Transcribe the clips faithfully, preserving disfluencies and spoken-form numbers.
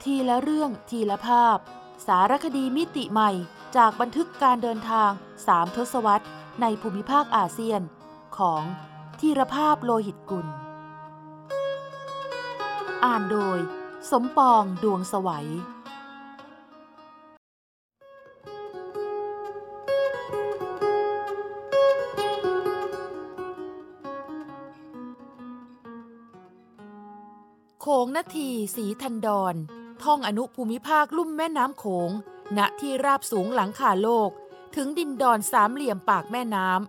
ทีละเรื่องทีละภาพสารคดีมิติใหม่จากบันทึกการเดินทางสามทศวรรษในภูมิภาคอาเซียนของธีรภาพโลหิตกุลอ่านโดยสมปองดวงสวัยโขงนาทีศรีทันดรท่องอนุภูมิภาคลุ่มแม่น้ำโขงณที่ราบสูงหลังคาโลกถึงดินดอนสามเหลี่ยมปากแม่น้ำ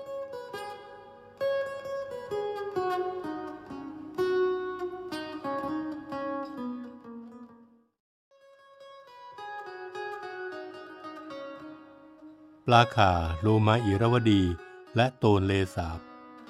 ปลาข่าโลมาอิรวดีและโตนเลสาบ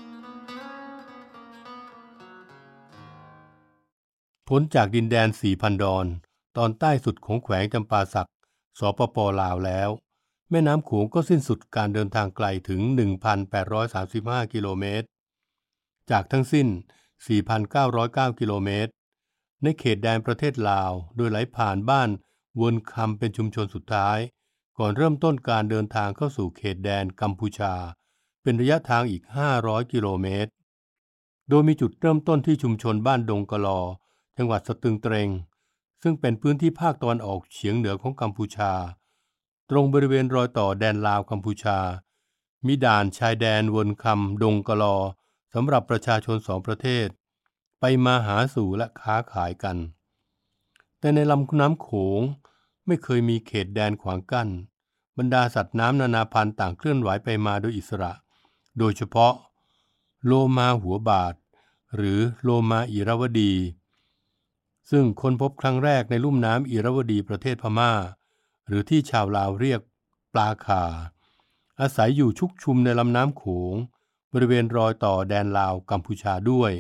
พ้นจากดินแดนสี่พันดอนตอนใต้สุดของแขวงจำปาสักสปป.ลาวแล้วแม่น้ำโขงก็สิ้นสุดการเดินทางไกลถึง หนึ่งพันแปดร้อยสามสิบห้า กิโลเมตรจากทั้งสิ้น สี่พันเก้าร้อยเก้า กิโลเมตรในเขตแดนประเทศลาวโดยไหลผ่านบ้านเวิร์นคำเป็นชุมชนสุดท้ายก่อนเริ่มต้นการเดินทางเข้าสู่เขตแดนกัมพูชาเป็นระยะทางอีกห้าร้อยกิโลเมตรโดยมีจุดเริ่มต้นที่ชุมชนบ้านดงกะลอจังหวัดสตึงเตรงซึ่งเป็นพื้นที่ภาคตะวันออกเฉียงเหนือของกัมพูชาตรงบริเวณรอยต่อแดนลาวกัมพูชามีด่านชายแดนเวิร์นคำดงกะลอสำหรับประชาชนสองประเทศไปมาหาสู่และค้าขายกันแต่ในลำน้ำโขงไม่เคยมีเขตแดนขวางกั้นบรรดาสัตว์น้ำนานาพันธุ์ต่างเคลื่อนไหวไปมาโดยอิสระโดยเฉพาะโลมาหัวบาดหรือโลมาอิรวดีซึ่งค้นพบครั้งแรกในลุ่มน้ำอิรวดีประเทศพม่าหรือที่ชาวลาวเรียกปลาข่าอาศัยอยู่ชุกชุมในลำน้ำโขงบริเวณรอยต่อแดนลาวกัมพูชาด้วย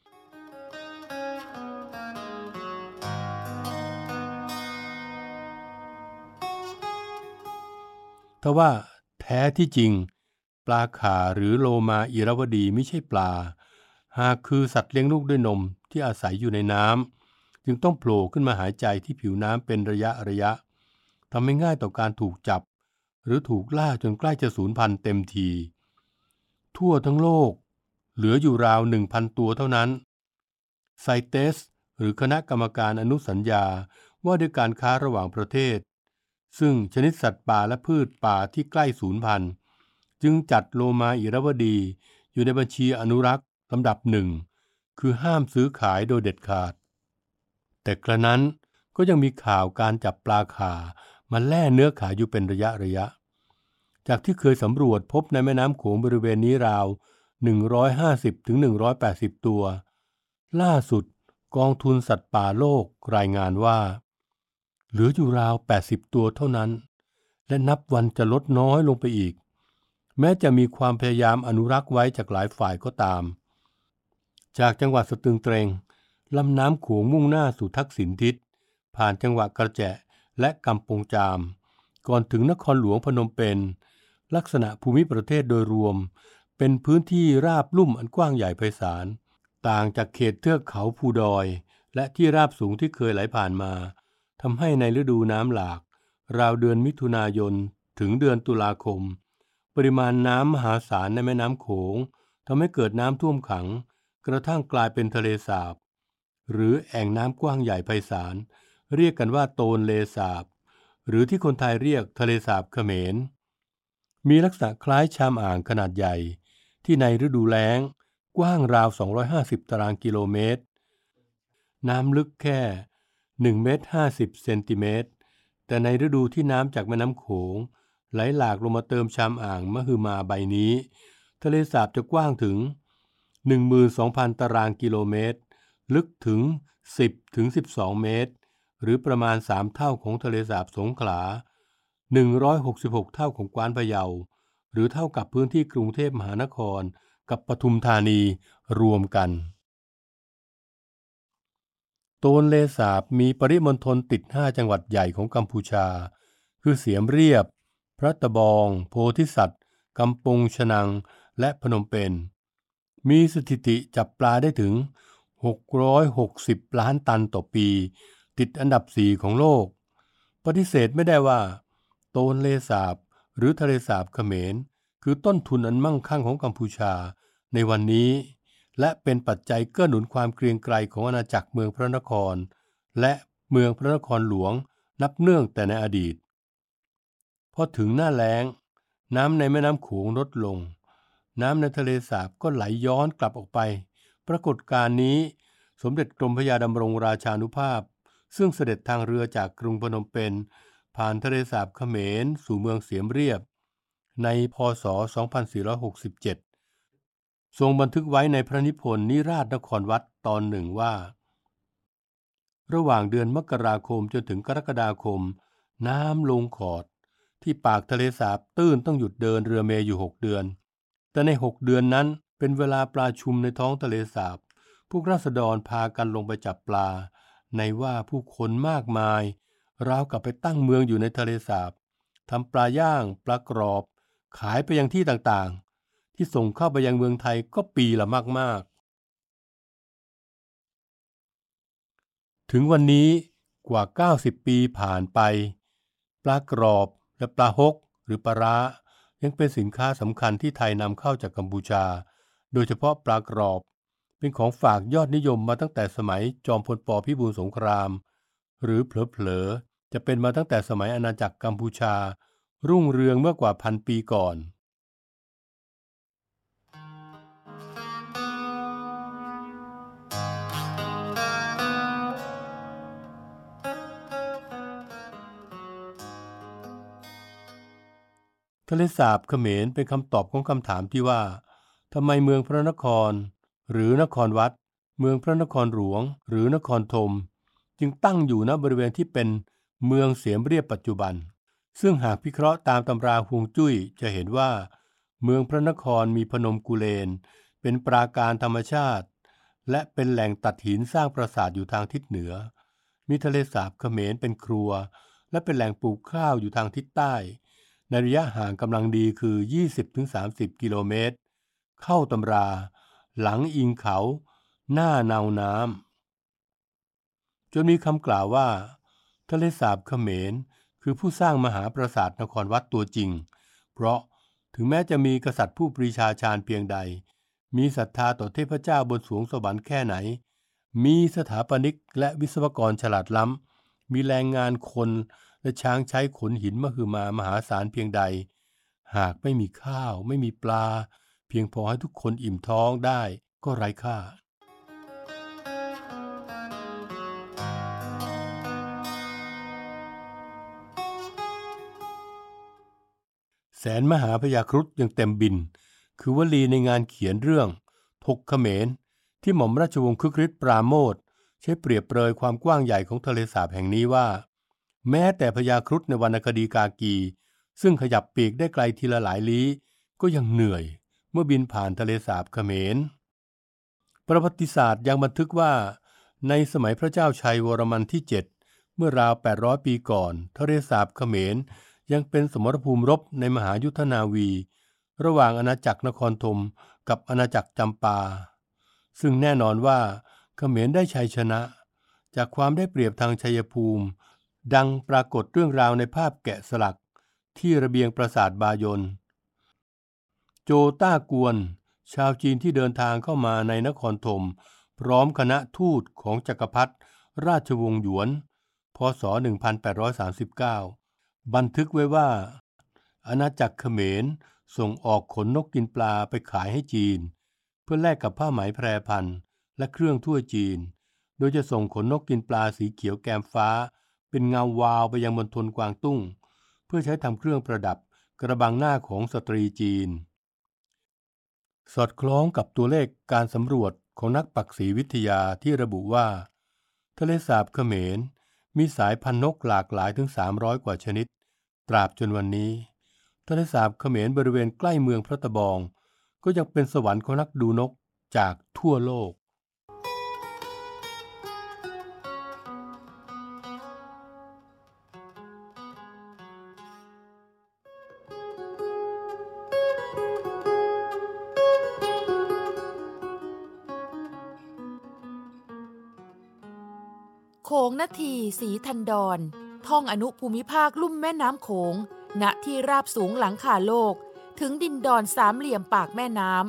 ทว่าแท้ที่จริงปลาข่าหรือโลมาอิรวดีไม่ใช่ปลาหากคือสัตว์เลี้ยงลูกด้วยนมที่อาศัยอยู่ในน้ำจึงต้องโผล่ขึ้นมาหายใจที่ผิวน้ำเป็นระยะระยะทำให้ง่ายต่อการถูกจับหรือถูกล่าจนใกล้จะสูญพันธุ์เต็มทีทั่วทั้งโลกเหลืออยู่ราว หนึ่งพัน ตัวเท่านั้นไซเตสหรือคณะกรรมการอนุสัญญาว่าด้วยการค้าระหว่างประเทศซึ่งชนิดสัตว์ป่าและพืชป่าที่ใกล้สูญพันธุ์จึงจัดโลมาอิรวดีอยู่ในบัญชีอนุรักษ์ลำดับหนึ่งคือห้ามซื้อขายโดยเด็ดขาดแต่กระนั้นก็ยังมีข่าวการจับปลาข่ามาแล่เนื้อขายอยู่เป็นระยะระยะจากที่เคยสำรวจพบในแม่น้ำโขงบริเวณนี้ราวหนึ่งร้อยห้าสิบถึงหนึ่งร้อยแปดสิบตัวล่าสุดกองทุนสัตว์ป่าโลกรายงานว่าเหลืออยู่ราวแปดสิบตัวเท่านั้นและนับวันจะลดน้อยลงไปอีกแม้จะมีความพยายามอนุรักษ์ไว้จากหลายฝ่ายก็ตามจากจังหวัดสตึงเตรงลำน้ำโขงมุ่งหน้าสู่ทักษิณทิศผ่านจังหวัดกระแจะและกำปงจามก่อนถึงนครหลวงพนมเปญลักษณะภูมิประเทศโดยรวมเป็นพื้นที่ราบลุ่มอันกว้างใหญ่ไพศาลต่างจากเขตเทือกเขาภูดอยและที่ราบสูงที่เคยไหลผ่านมาทำให้ในฤดูน้ำหลากราวเดือนมิถุนายนถึงเดือนตุลาคมปริมาณน้ำมหาศาลในแม่น้ำโขงทำให้เกิดน้ำท่วมขังกระทั่งกลายเป็นทะเลสาบหรือแอ่งน้ำกว้างใหญ่ไพศาลเรียกกันว่าโตนเลสาบหรือที่คนไทยเรียกทะเลสาบเขมรมีลักษณะคล้ายชามอ่างขนาดใหญ่ที่ในฤดูแล้งกว้างราวสองร้อยห้าสิบตารางกิโลเมตรน้ำลึกแค่หนึ่งเมตรห้าสิบเซนติเมตรแต่ในฤดูที่น้ำจากแม่น้ำโขงไหลหลากลงมาเติมชามอ่างมหึมาใบนี้ทะเลสาบจะกว้างถึง หนึ่งหมื่นสองพัน ตารางกิโลเมตรลึกถึง สิบถึงสิบสอง เมตรหรือประมาณสามเท่าของทะเลสาบสงขลาหนึ่งร้อยหกสิบหกเท่าของกวานพะเยาหรือเท่ากับพื้นที่กรุงเทพมหานครกับปทุมธานีรวมกันโตนเลสาบมีปริมณฑลติดห้าจังหวัดใหญ่ของกัมพูชาคือเสียมเรียบพระตะบองโพธิสัตว์กำปงชะนังและพนมเปญมีสถิติจับปลาได้ถึงหกร้อยหกสิบล้านตันต่อปีติดอันดับสี่ของโลกปฏิเสธไม่ได้ว่าโตนเลสาบหรือทะเลสาบเขมรคือต้นทุนอันมั่งคั่งของกัมพูชาในวันนี้และเป็นปัจจัยเกื้อหนุนความเกรียงไกรของอาณาจักรเมืองพระนครและเมืองพระนครหลวงนับเนื่องแต่ในอดีตพอถึงหน้าแล้งน้ำในแม่น้ำโขงลดลงน้ำในทะเลสาบก็ไหลย้อนกลับออกไปปรากฏการณ์นี้สมเด็จกรมพระยาดำรงราชานุภาพซึ่งเสด็จทางเรือจากกรุงพนมเปญผ่านทะเลสาบเขมรสู่เมืองเสียมเรียบในพ.ศ. สองพันสี่ร้อยหกสิบเจ็ดทรงบันทึกไว้ในพระนิพนธ์นิราศนครวัดตอนหนึ่งว่าระหว่างเดือนมกราคมจนถึงกรกฎาคมน้ำลงขอดที่ปากทะเลสาบตื้นต้องหยุดเดินเรือเมล์อยู่หกเดือนแต่ในหกเดือนนั้นเป็นเวลาปลาชุมในท้องทะเลสาบพวกราษฎรพากันลงไปจับปลาในว่าผู้คนมากมายราวกับไปตั้งเมืองอยู่ในทะเลสาบทำปลาย่างปลากรอบขายไปยังที่ต่างๆที่ส่งเข้าไปยังเมืองไทยก็ปีละมากๆถึงวันนี้กว่าเก้าสิบปีผ่านไปปลากรอบและปลาฮกหรือปลาร้ายังเป็นสินค้าสำคัญที่ไทยนำเข้าจากกัมพูชาโดยเฉพาะปลากรอบเป็นของฝากยอดนิยมมาตั้งแต่สมัยจอมพลป.พิบูลสงครามหรือเผลอๆจะเป็นมาตั้งแต่สมัยอาณาจักรกัมพูชารุ่งเรืองเมื่อกว่าพันปีก่อนทะเลสาบเขมรเป็นคำตอบของคำถามที่ว่าทำไมเมืองพระนครหรือนครวัดเมืองพระนครหลวงหรือนครธมจึงตั้งอยู่ณบริเวณที่เป็นเมืองเสียมเรียบปัจจุบันซึ่งหากพิเคราะห์ตามตำราฮวงจุ้ยจะเห็นว่าเมืองพระนครมีพนมกุเลนเป็นปราการธรรมชาติและเป็นแหล่งตัดหินสร้างปราสาทอยู่ทางทิศเหนือมีทะเลสาบเขมรเป็นครัวและเป็นแหล่งปลูกข้าวอยู่ทางทิศใต้ในระยะห่างกำลังดีคือ ยี่สิบถึงสามสิบ กิโลเมตรเข้าตำราหลังอิงเขาหน้าเนาน้ำจนมีคำกล่าวว่าทะเลสาบเขมรคือผู้สร้างมหาปราสาทนครวัดตัวจริงเพราะถึงแม้จะมีกษัตริย์ผู้ปรีชาชาญเพียงใดมีศรัทธาต่อเทพเจ้าบนสวงสวรรค์แค่ไหนมีสถาปนิกและวิศวกรฉลาดล้ำมีแรงงานคนและช้างใช้ขนหินมหึมามหาศาลเพียงใดหากไม่มีข้าวไม่มีปลาเพียงพอให้ทุกคนอิ่มท้องได้ก็ไร้ค่าแสนมหาพยาครุฑยังเต็มบินคือวลีในงานเขียนเรื่องทกเขมรที่หม่อมราชวงศ์คึกฤทธิ์ปราโมทย์ใช้เปรียบเปรยความกว้างใหญ่ของทะเลสาบแห่งนี้ว่าแม้แต่พญาครุฑในวรรณคดีกากีซึ่งขยับปีกได้ไกลทีละหลายลี้ก็ยังเหนื่อยเมื่อบินผ่านทะเลสาบเขมรประวัติศาสตร์ยังบันทึกว่าในสมัยพระเจ้าชัยวรมันที่เจ็ดเมื่อราวแปดร้อยปีก่อนทะเลสาบเขมรยังเป็นสมรภูมิรบในมหายุทธนาวีระหว่างอาณาจักรนครธมกับอาณาจักรจำปาซึ่งแน่นอนว่าเขมรได้ชัยชนะจากความได้เปรียบทางชัยภูมิดังปรากฏเรื่องราวในภาพแกะสลักที่ระเบียงปราสาทบายนโจต้ากวนชาวจีนที่เดินทางเข้ามาในนครธมพร้อมคณะทูตของจักรพรรดิราชวงศ์หยวนพ.ศ. หนึ่งพันแปดร้อยสามสิบเก้าบันทึกไว้ว่าอาณาจักรเขมรส่งออกขนนกกินปลาไปขายให้จีนเพื่อแลกกับผ้าไหมแพรพันและเครื่องถ้วยจีนโดยจะส่งขนนกกินปลาสีเขียวแกมฟ้าเป็นเงาวาวไปยังมณฑลกวางตุ้งเพื่อใช้ทำเครื่องประดับกระบังหน้าของสตรีจีนสอดคล้องกับตัวเลขการสำรวจของนักปักษีวิทยาที่ระบุว่าทะเลสาบเขมรมีสายพันธุ์นกหลากหลายถึงสามร้อยกว่าชนิดตราบจนวันนี้ทะเลสาบเขมรบริเวณใกล้เมืองพระตะบองก็ยังเป็นสวรรค์ของนักดูนกจากทั่วโลกโขงนาทีศรีทันดรท่องอนุภูมิภาคลุ่มแม่น้ำโขงณที่ราบสูงหลังคาโลกถึงดินดอนสามเหลี่ยมปากแม่น้ำ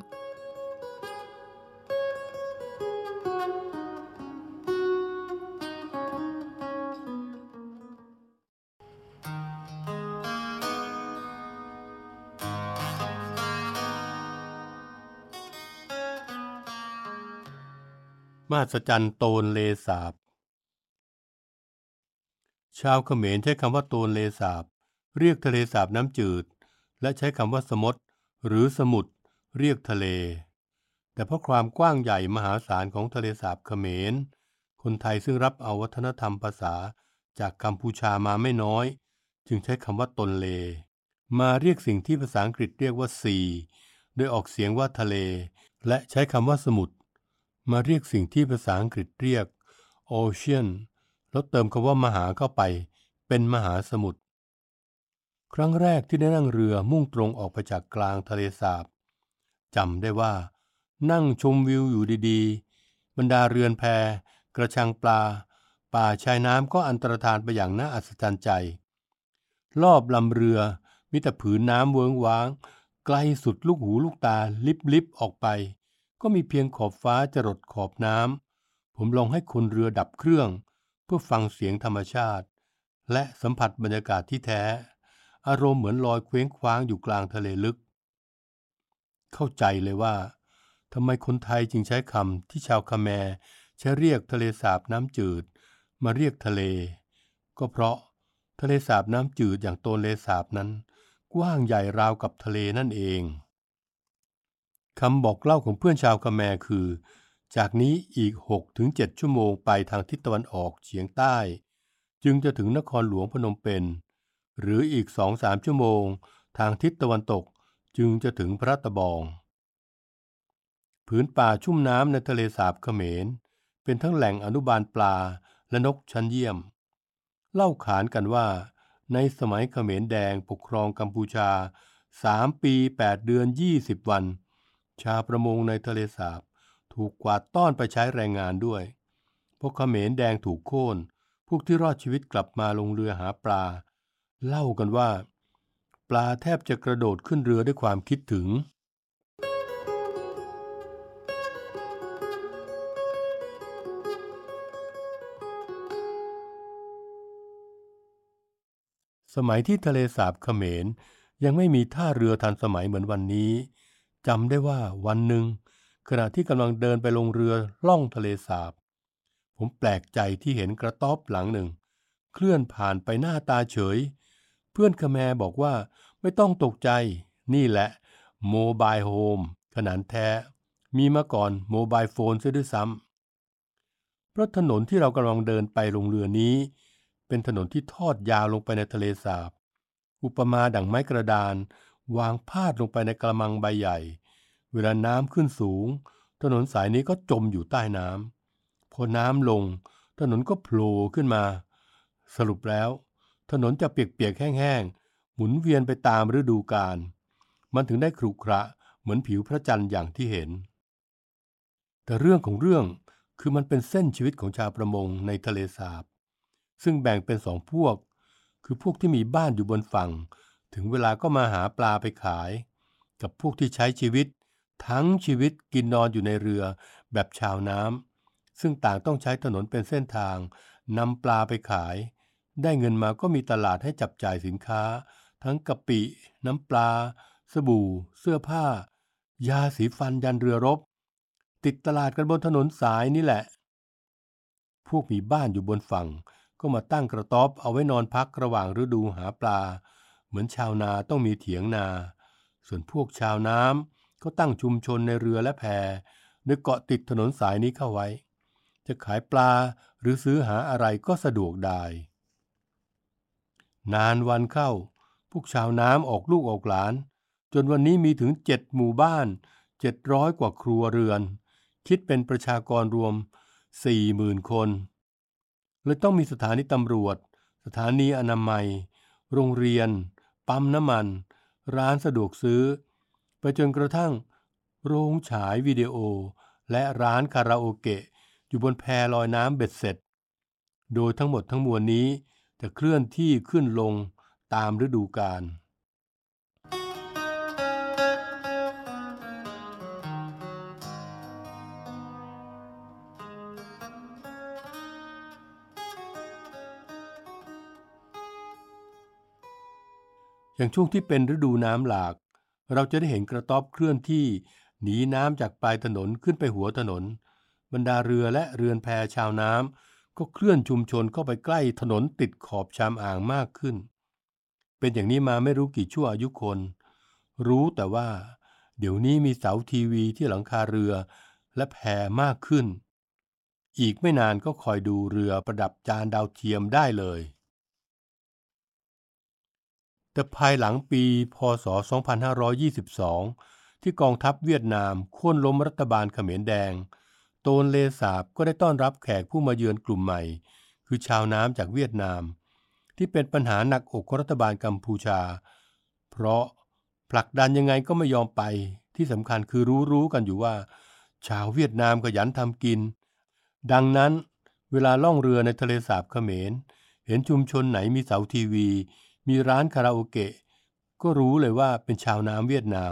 มหัศจรรย์โตนเลสาบชาวเขมรใช้คำว่าโตนเลสาบเรียกทะเลสาบน้ำจืดและใช้คำว่าสมดหรือสมุทรเรียกทะเลแต่เพราะความกว้างใหญ่มหาศาลของทะเลสาบเขมรคนไทยซึ่งรับเอาวัฒนธรรมภาษาจากกัมพูชามาไม่น้อยจึงใช้คำว่าตนเลมาเรียกสิ่งที่ภาษาอังกฤษเรียกว่าซีโดยออกเสียงว่าทะเลและใช้คำว่าสมุทรมาเรียกสิ่งที่ภาษาอังกฤษเรียก Ocean แล้วเติมคำว่ามหาเข้าไปเป็นมหาสมุทรครั้งแรกที่ได้นั่งเรือมุ่งตรงออกไปจากกลางทะเลสาบจำได้ว่านั่งชมวิวอยู่ดีๆบรรดาเรือนแพกระชังปลาป่าชายน้ำก็อันตรธานไปอย่างน่าอัศจรรย์ใจรอบลำเรือมีแต่ผืนน้ำเวิ้งว้างไกลสุดลูกหูลูกตาลิบลิบออกไปก็มีเพียงขอบฟ้าจรดขอบน้ำผมลองให้คนเรือดับเครื่องเพื่อฟังเสียงธรรมชาติและสัมผัสบรรยากาศที่แท้อารมณ์เหมือนลอยเคว้งคว้างอยู่กลางทะเลลึกเข้าใจเลยว่าทำไมคนไทยจึงใช้คำที่ชาวคาแมร์ใช้เรียกทะเลสาบน้ำจืดมาเรียกทะเลก็เพราะทะเลสาบน้ำจืดอย่างโตนเลสาบนั้นกว้างใหญ่ราวกับทะเลนั่นเองคำบอกเล่าของเพื่อนชาวคาแมร์คือจากนี้อีก หกถึงเจ็ด ชั่วโมงไปทางทิศตะวันออกเฉียงใต้จึงจะถึงนครหลวงพนมเปญหรืออีก สองถึงสาม ชั่วโมงทางทิศตะวันตกจึงจะถึงพระตะบองผืนป่าชุ่มน้ำในทะเลสาบเขมรเป็นทั้งแหล่งอนุบาลปลาและนกชั้นเยี่ยมเล่าขานกันว่าในสมัยเขมรแดงปกครองกัมพูชาสามปีแปดเดือนยี่สิบวันชาวประมงในทะเลสาบถูกกวาดต้อนไปใช้แรงงานด้วยพวกเขมรแดงถูกโค่นพวกที่รอดชีวิตกลับมาลงเรือหาปลาเล่ากันว่าปลาแทบจะกระโดดขึ้นเรือด้วยความคิดถึงสมัยที่ทะเลสาบเขมรยังไม่มีท่าเรือทันสมัยเหมือนวันนี้จำได้ว่าวันหนึ่งขณะที่กำลังเดินไปลงเรือล่องทะเลสาบผมแปลกใจที่เห็นกระต๊อบหลังหนึ่งเคลื่อนผ่านไปหน้าตาเฉยเพื่อนคแมร์บอกว่าไม่ต้องตกใจนี่แหละโมบายโฮมขนาดแท้มีมาก่อนโมบายโฟนเสียด้วยซ้ำเพราะถนนที่เรากำลังเดินไปลงเรือนี้เป็นถนนที่ทอดยาวลงไปในทะเลสาบอุปมาดั่งไม้กระดานวางพาดลงไปในกระมังใบใหญ่เวลาน้ำขึ้นสูงถนนสายนี้ก็จมอยู่ใต้น้ำพอน้ำลงถนนก็โผล่ขึ้นมาสรุปแล้วถนนจะเปียกๆแห้งๆหมุนเวียนไปตามฤดูกาลมันถึงได้ขรุขระเหมือนผิวพระจันทร์อย่างที่เห็นแต่เรื่องของเรื่องคือมันเป็นเส้นชีวิตของชาวประมงในทะเลสาบซึ่งแบ่งเป็นสองพวกคือพวกที่มีบ้านอยู่บนฝั่งถึงเวลาก็มาหาปลาไปขายกับพวกที่ใช้ชีวิตทั้งชีวิตกินนอนอยู่ในเรือแบบชาวน้ำซึ่งต่างต้องใช้ถนนเป็นเส้นทางนำปลาไปขายได้เงินมาก็มีตลาดให้จับจ่ายสินค้าทั้งกะปิน้ำปลาสบู่เสื้อผ้ายาสีฟันยันเรือรบติดตลาดกันบนถนนสายนี่แหละพวกมีบ้านอยู่บนฝั่งก็มาตั้งกระต๊อบเอาไว้นอนพักระหว่างฤดูหาปลาเหมือนชาวนาต้องมีเถียงนาส่วนพวกชาวน้ำก็ตั้งชุมชนในเรือและแพโดยเกาะติดถนนสายนี้เข้าไว้จะขายปลาหรือซื้อหาอะไรก็สะดวกได้นานวันเข้าพวกชาวน้ำออกลูกออกหลานจนวันนี้มีถึงเจ็ดหมู่บ้านเจ็ดร้อยกว่าครัวเรือนคิดเป็นประชากรรวม สี่หมื่น คนเลยต้องมีสถานีตำรวจสถานีอนามัยโรงเรียนปั๊มน้ำมันร้านสะดวกซื้อไปจนกระทั่งโรงฉายวิดีโอและร้านคาราโอเกะอยู่บนแพลอยน้ำเบ็ดเสร็จโดยทั้งหมดทั้งมวลนี้จะเคลื่อนที่ขึ้นลงตามฤดูกาลอย่างช่วงที่เป็นฤดูน้ำหลากเราจะได้เห็นกระต๊อบเคลื่อนที่หนีน้ำจากปลายถนนขึ้นไปหัวถนนบรรดาเรือและเรือนแพชาวน้ำก็เคลื่อนชุมชนเข้าไปใกล้ถนนติดขอบชามอ่างมากขึ้นเป็นอย่างนี้มาไม่รู้กี่ชั่วอายุคนรู้แต่ว่าเดี๋ยวนี้มีเสาทีวีที่หลังคาเรือและแพมากขึ้นอีกไม่นานก็คอยดูเรือประดับจานดาวเทียมได้เลยแต่ภายหลังปีพ.ศ. สองพันห้าร้อยยี่สิบสองที่กองทัพเวียดนามโค่นล้มรัฐบาลเขมรแดงโตนเลสาบก็ได้ต้อนรับแขกผู้มาเยือนกลุ่มใหม่คือชาวน้ำจากเวียดนามที่เป็นปัญหาหนักอกของรัฐบาลกัมพูชาเพราะผลักดันยังไงก็ไม่ยอมไปที่สำคัญคือรู้ๆกันอยู่ว่าชาวเวียดนามขยันทำกินดังนั้นเวลาล่องเรือในทะเลสาบเขมรเห็นชุมชนไหนมีเสาทีวีมีร้านคาราโอเกะก็รู้เลยว่าเป็นชาวน้ำเวียดนาม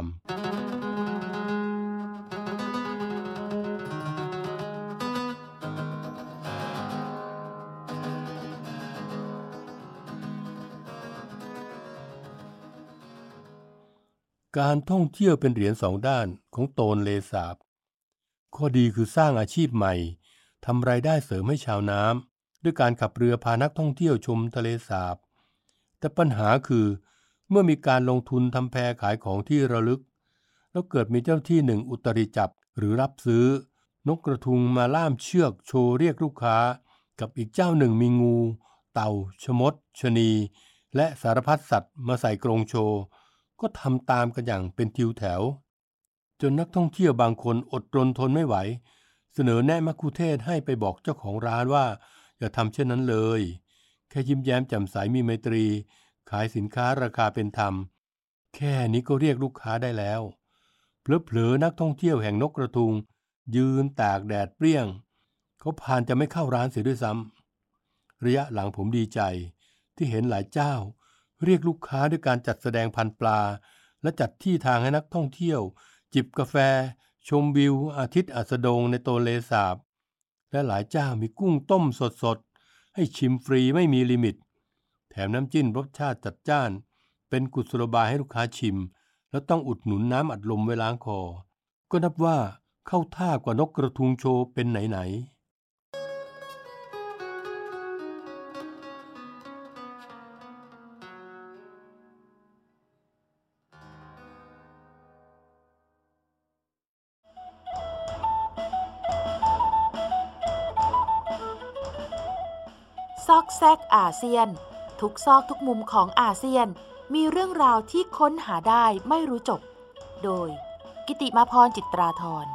การท่องเที่ยวเป็นเหรียญสองด้านของโตนเลสาบข้อดีคือสร้างอาชีพใหม่ทำรายได้เสริมให้ชาวน้ำด้วยการขับเรือพานักท่องเที่ยวชมทะเลสาบแต่ปัญหาคือเมื่อมีการลงทุนทำแพขายของที่ระลึกแล้วเกิดมีเจ้าที่หนึ่งอุตริจับหรือรับซื้อนกกระทุงมาล่ามเชือกโชว์เรียกลูกค้ากับอีกเจ้าหนึ่งมีงูเต่าชมดชะนีและสารพัดสัตว์มาใส่กรงโชว์ก็ทำตามกันอย่างเป็นทิวแถวจนนักท่องเที่ยวบางคนอดรนทนไม่ไหวเสนอแนะมัคคุเทศก์ให้ไปบอกเจ้าของร้านว่าอย่าทำเช่นนั้นเลยแค่ยิ้มแย้มแจ่มใสมีไมตรีขายสินค้าราคาเป็นธรรมแค่นี้ก็เรียกลูกค้าได้แล้วเผลอๆนักท่องเที่ยวแห่งนกกระทุงยืนตากแดดเปรี้ยงเขาผ่านจะไม่เข้าร้านเสียด้วยซ้ำระยะหลังผมดีใจที่เห็นหลายเจ้าเรียกลูกค้าด้วยการจัดแสดงพันปลาและจัดที่ทางให้นักท่องเที่ยวจิบกาแฟชมวิวอาทิตย์อัสดงในโตนเลสาบและหลายเจ้ามีกุ้งต้มสดๆให้ชิมฟรีไม่มีลิมิตแถมน้ำจิ้มรสชาติจัดจ้านเป็นกุศโลบายให้ลูกค้าชิมแล้วต้องอุดหนุนน้ำอัดลมไว้ล้างคอก็นับว่าเข้าท่ากว่านกกระทุงโชว์เป็นไหนๆซอกแซกอาเซียนทุกซอกทุกมุมของอาเซียนมีเรื่องราวที่ค้นหาได้ไม่รู้จบโดยกิติมาพรจิตราธร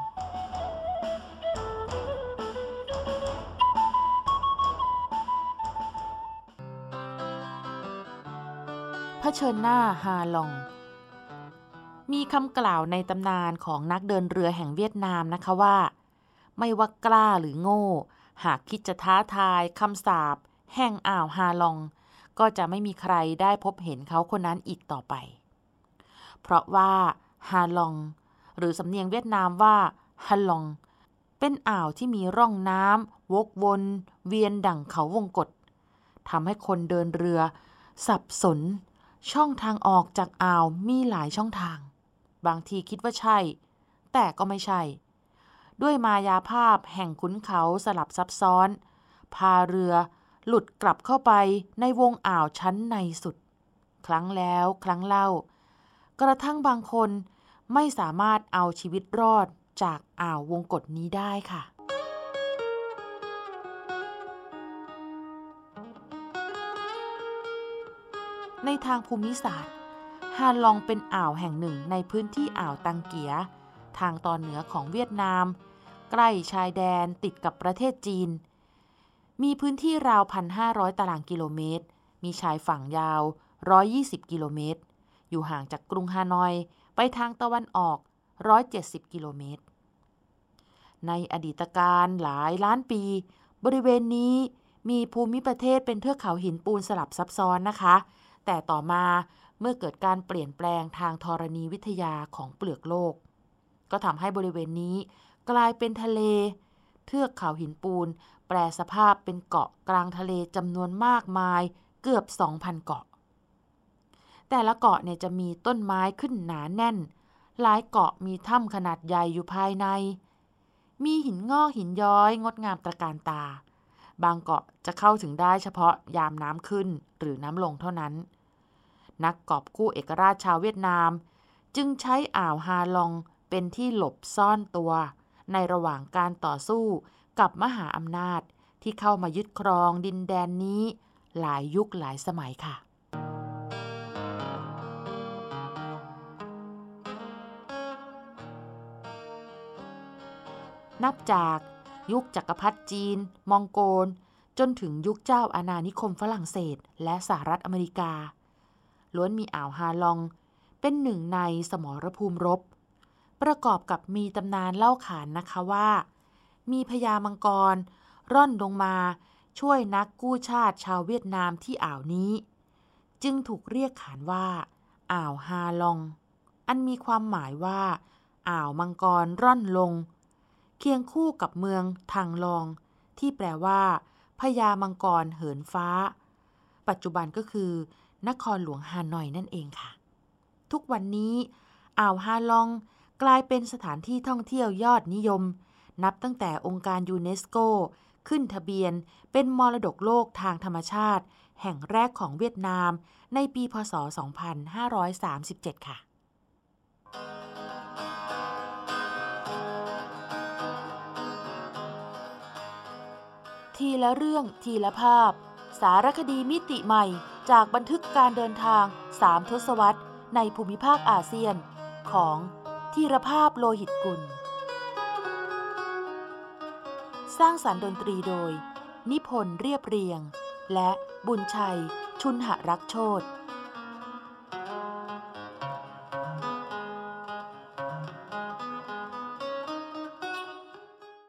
เผชิญหน้าฮาลองมีคำกล่าวในตำนานของนักเดินเรือแห่งเวียดนามนะคะว่าไม่ว่ากล้าหรือโง่หากคิดจะท้าทายคำสาปแห่งอ่าวฮาลองก็จะไม่มีใครได้พบเห็นเขาคนนั้นอีกต่อไปเพราะว่าฮาลองหรือสำเนียงเวียดนามว่าฮัลลองเป็นอ่าวที่มีร่องน้ำวกวนเวียนดั่งเขาวงกตทำให้คนเดินเรือสับสนช่องทางออกจากอ่าวมีหลายช่องทางบางทีคิดว่าใช่แต่ก็ไม่ใช่ด้วยมายาภาพแห่งขุนเขาสลับซับซ้อนพาเรือหลุดกลับเข้าไปในวงอ่าวชั้นในสุดครั้งแล้วครั้งเล่ากระทั่งบางคนไม่สามารถเอาชีวิตรอดจากอ่าววงกฏนี้ได้ค่ะในทางภูมิศาสตร์ฮาลองเป็นอ่าวแห่งหนึ่งในพื้นที่อ่าวตังเกียทางตอนเหนือของเวียดนามใกล้ชายแดนติดกับประเทศจีนมีพื้นที่ราว หนึ่งพันห้าร้อย ตารางกิโลเมตรมีชายฝั่งยาวหนึ่งร้อยยี่สิบกิโลเมตรอยู่ห่างจากกรุงฮานอยไปทางตะวันออกหนึ่งร้อยเจ็ดสิบกิโลเมตรในอดีตการหลายล้านปีบริเวณนี้มีภูมิประเทศเป็นเทือกเขาหินปูนสลับซับซ้อนนะคะ แต่ต่อมาเมื่อเกิดการเปลี่ยนแปลงทางธรณีวิทยาของเปลือกโลกก็ทำให้บริเวณนี้กลายเป็นทะเลเทือกเขาหินปูนแปลสภาพเป็นเกาะกลางทะเลจำนวนมากมายเกือบ สองพัน เกาะแต่ละเกาะเนี่ยจะมีต้นไม้ขึ้นหนาแน่นหลายเกาะมีถ้ำขนาดใหญ่อยู่ภายในมีหินงอกหินย้อยงดงามตระการตาบางเกาะจะเข้าถึงได้เฉพาะยามน้ำขึ้นหรือน้ำลงเท่านั้นนักกอบกู้เอกราชชาวเวียดนามจึงใช้อ่าวฮาลองเป็นที่หลบซ่อนตัวในระหว่างการต่อสู้กับมหาอำนาจที่เข้ามายึดครองดินแดนนี้หลายยุคหลายสมัยค่ะนับจากยุคจักรพรรดิจีนมองโกลจนถึงยุคเจ้าอาณานิคมฝรั่งเศสและสหรัฐอเมริกาล้วนมีอ่าวฮาลองเป็นหนึ่งในสมรภูมิรบประกอบกับมีตำนานเล่าขานนะคะว่ามีพญามังกรร่อนลงมาช่วยนักกู้ชาติชาวเวียดนามที่อ่าวนี้จึงถูกเรียกขานว่าอ่าวฮาลองอันมีความหมายว่าอ่าวมังกรร่อนลงเคียงคู่กับเมืองทางลองที่แปลว่าพญามังกรเหินฟ้าปัจจุบันก็คือนครหลวงฮานอยนั่นเองค่ะทุกวันนี้อ่าวฮาลองกลายเป็นสถานที่ท่องเที่ยวยอดนิยมนับตั้งแต่องค์การยูเนสโกขึ้นทะเบียนเป็นมรดกโลกทางธรรมชาติแห่งแรกของเวียดนามในปีพ.ศ. สองพันห้าร้อยสามสิบเจ็ด ค่ะทีละเรื่องทีละภาพสารคดีมิติใหม่จากบันทึกการเดินทางสามทศวรรษในภูมิภาคอาเซียนของธีรภาพโลหิตกุลสร้างสรรค์ดนตรีโดยนิพนธ์เรียบเรียงและบุญชัยชุนหรักโชติ